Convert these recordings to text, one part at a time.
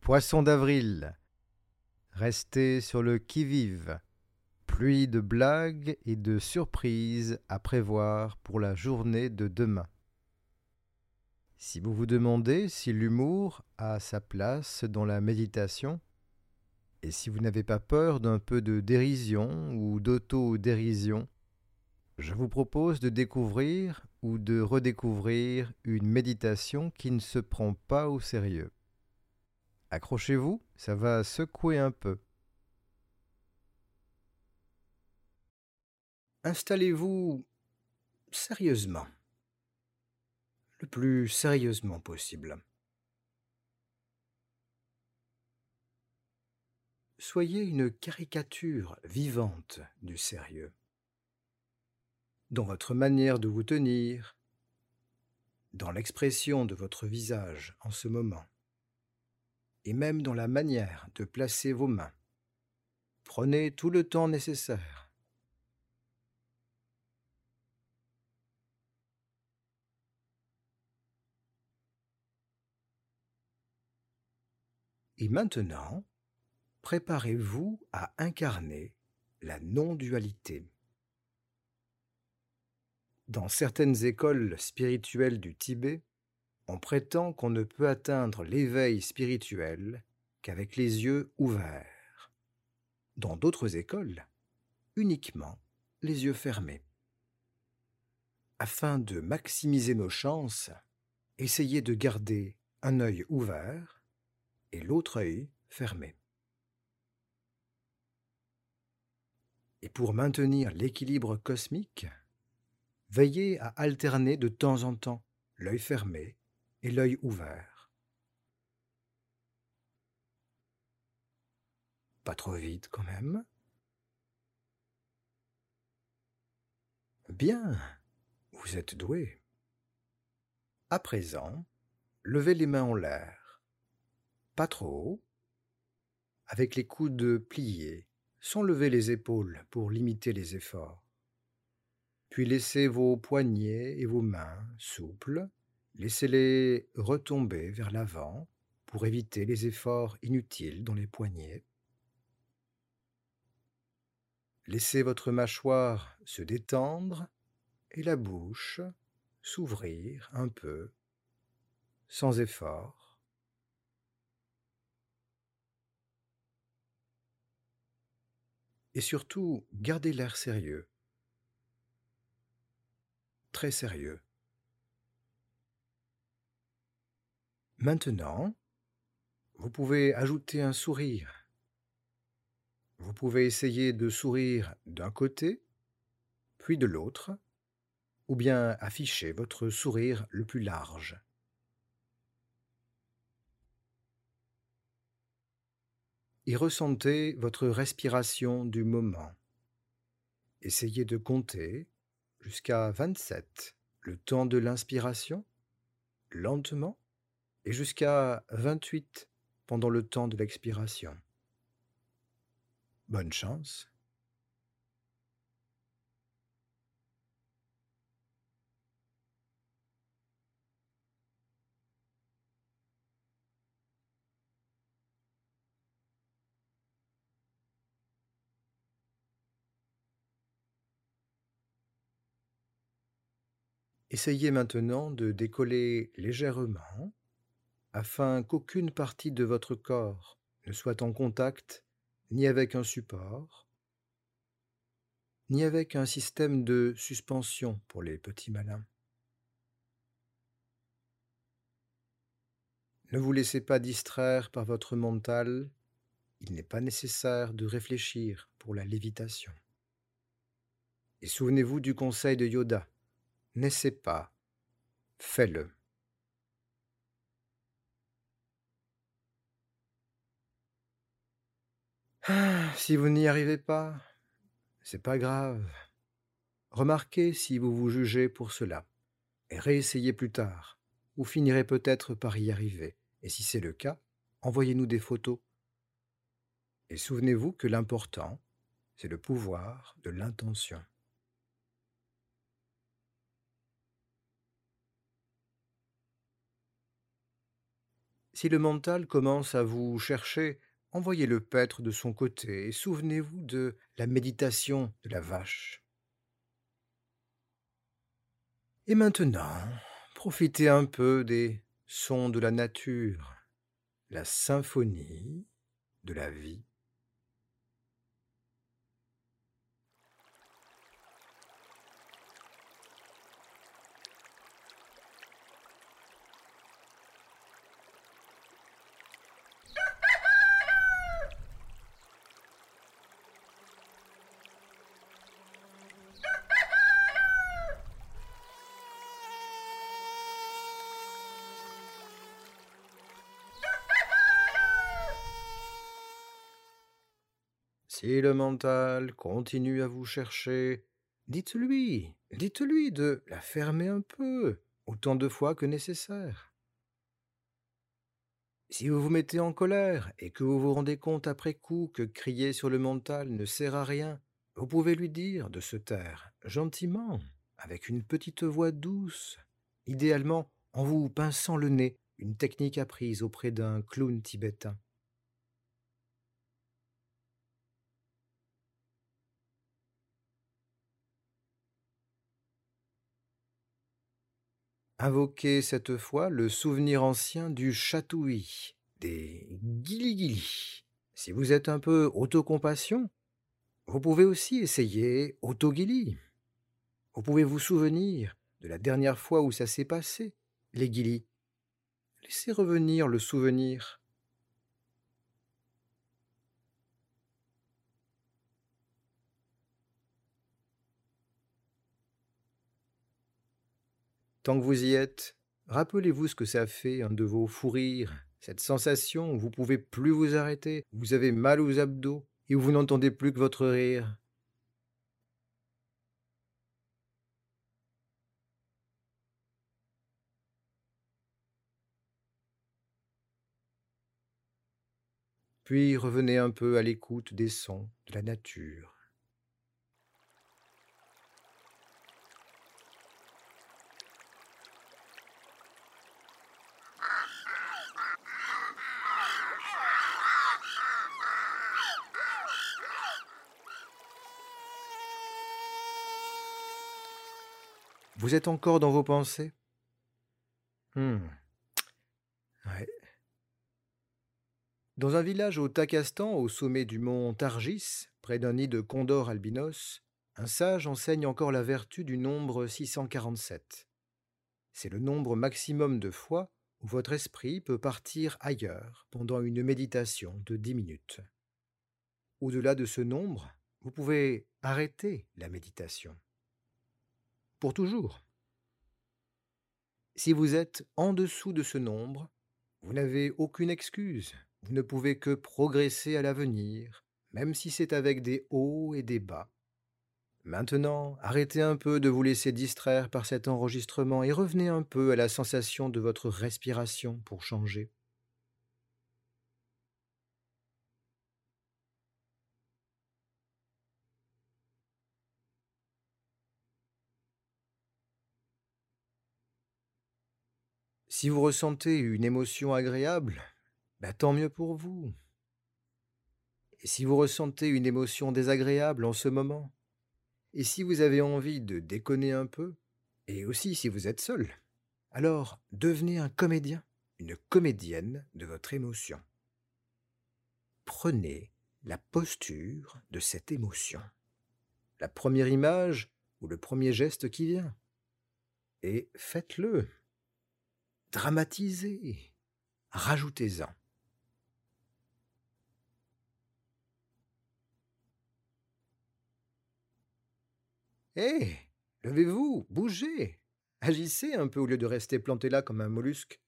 Poisson d'avril, restez sur le qui-vive. Pluie de blagues et de surprises à prévoir pour la journée de demain. Si vous vous demandez si l'humour a sa place dans la méditation, et si vous n'avez pas peur d'un peu de dérision ou d'auto-dérision, je vous propose de découvrir ou de redécouvrir une méditation qui ne se prend pas au sérieux. Accrochez-vous, ça va secouer un peu. Installez-vous sérieusement, le plus sérieusement possible. Soyez une caricature vivante du sérieux. Dans votre manière de vous tenir, dans l'expression de votre visage en ce moment, et même dans la manière de placer vos mains. Prenez tout le temps nécessaire. Et maintenant, préparez-vous à incarner la non-dualité. Dans certaines écoles spirituelles du Tibet, on prétend qu'on ne peut atteindre l'éveil spirituel qu'avec les yeux ouverts. Dans d'autres écoles, uniquement les yeux fermés. Afin de maximiser nos chances, essayez de garder un œil ouvert et l'autre œil fermé. Et pour maintenir l'équilibre cosmique, veillez à alterner de temps en temps l'œil fermé et l'œil ouvert. Pas trop vite quand même. Bien, vous êtes doué. À présent, levez les mains en l'air. Pas trop haut, avec les coudes pliés, sans lever les épaules pour limiter les efforts. Puis laissez vos poignets et vos mains souples, laissez-les retomber vers l'avant pour éviter les efforts inutiles dans les poignets. Laissez votre mâchoire se détendre et la bouche s'ouvrir un peu, sans effort. Et surtout, gardez l'air sérieux, très sérieux. Maintenant, vous pouvez ajouter un sourire. Vous pouvez essayer de sourire d'un côté, puis de l'autre, ou bien afficher votre sourire le plus large. Et ressentez votre respiration du moment. Essayez de compter jusqu'à 27, le temps de l'inspiration, lentement, et jusqu'à 28 pendant le temps de l'expiration. Bonne chance. Essayez maintenant de décoller légèrement afin qu'aucune partie de votre corps ne soit en contact ni avec un support, ni avec un système de suspension pour les petits malins. Ne vous laissez pas distraire par votre mental, il n'est pas nécessaire de réfléchir pour la lévitation. Et souvenez-vous du conseil de Yoda, n'essaie pas, fais-le. Si vous n'y arrivez pas, c'est pas grave. Remarquez si vous vous jugez pour cela, et réessayez plus tard. Vous finirez peut-être par y arriver, et si c'est le cas, envoyez-nous des photos. Et souvenez-vous que l'important, c'est le pouvoir de l'intention. Si le mental commence à vous chercher, envoyez-le paître de son côté et souvenez-vous de la méditation de la vache. Et maintenant, profitez un peu des sons de la nature, la symphonie de la vie. Si le mental continue à vous chercher, dites-lui de la fermer un peu, autant de fois que nécessaire. Si vous vous mettez en colère et que vous vous rendez compte après coup que crier sur le mental ne sert à rien, vous pouvez lui dire de se taire, gentiment, avec une petite voix douce, idéalement en vous pinçant le nez, une technique apprise auprès d'un clown tibétain. Invoquez cette fois le souvenir ancien du chatouillis, des guili-guili. Si vous êtes un peu autocompassion, vous pouvez aussi essayer autoguili. Vous pouvez vous souvenir de la dernière fois où ça s'est passé, les guilis. Laissez revenir le souvenir. Tant que vous y êtes, rappelez-vous ce que ça fait, un de vos fous rires, cette sensation où vous pouvez plus vous arrêter, où vous avez mal aux abdos et où vous n'entendez plus que votre rire. Puis revenez un peu à l'écoute des sons de la nature. Vous êtes encore dans vos pensées? Hmm, ouais. Dans un village au Takastan, au sommet du mont Targis, près d'un nid de condors albinos, un sage enseigne encore la vertu du nombre 647. C'est le nombre maximum de fois où votre esprit peut partir ailleurs pendant une méditation de 10 minutes. Au-delà de ce nombre, vous pouvez arrêter la méditation. Pour toujours. Si vous êtes en dessous de ce nombre, vous n'avez aucune excuse. Vous ne pouvez que progresser à l'avenir, même si c'est avec des hauts et des bas. Maintenant, arrêtez un peu de vous laisser distraire par cet enregistrement et revenez un peu à la sensation de votre respiration pour changer. Si vous ressentez une émotion agréable, tant mieux pour vous. Et si vous ressentez une émotion désagréable en ce moment, et si vous avez envie de déconner un peu, et aussi si vous êtes seul, alors devenez un comédien, une comédienne de votre émotion. Prenez la posture de cette émotion, la première image ou le premier geste qui vient, et faites-le. Dramatisez, rajoutez-en. Hé, levez-vous, bougez, agissez un peu au lieu de rester planté là comme un mollusque.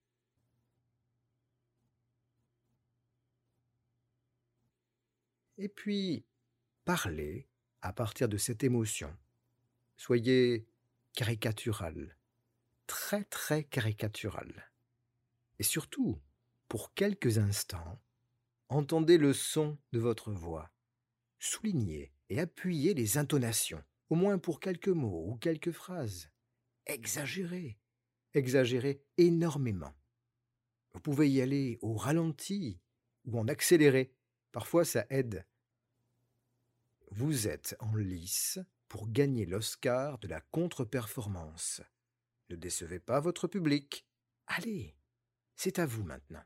Et puis, parlez à partir de cette émotion. Soyez caricatural, très très caricatural. Et surtout, pour quelques instants, entendez le son de votre voix. Soulignez et appuyez les intonations, au moins pour quelques mots ou quelques phrases. Exagérez, exagérez énormément. Vous pouvez y aller au ralenti ou en accéléré. Parfois, ça aide. Vous êtes en lice pour gagner l'Oscar de la contre-performance. Ne décevez pas votre public. Allez, c'est à vous maintenant.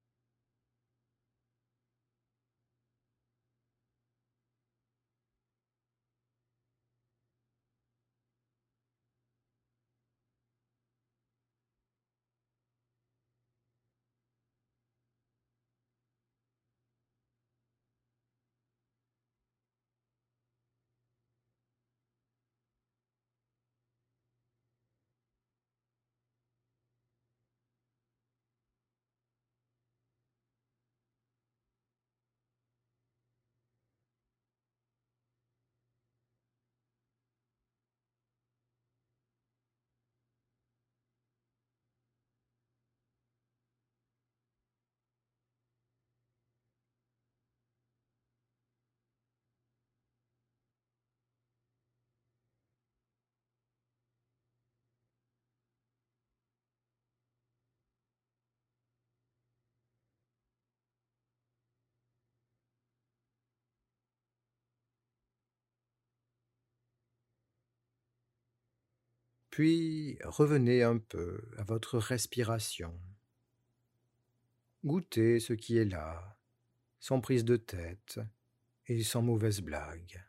Puis revenez un peu à votre respiration. Goûtez ce qui est là, sans prise de tête et sans mauvaise blague.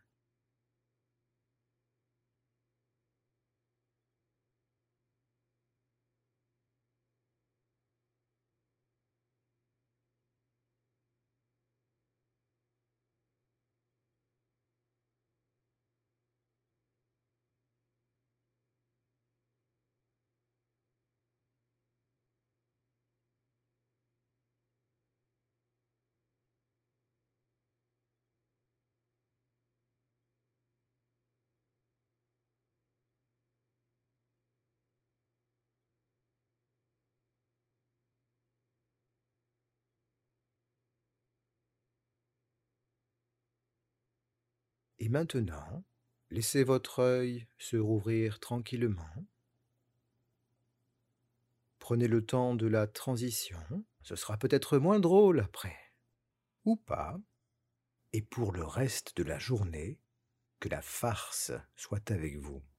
Et maintenant, laissez votre œil se rouvrir tranquillement. Prenez le temps de la transition, ce sera peut-être moins drôle après. Ou pas. Et pour le reste de la journée, que la farce soit avec vous.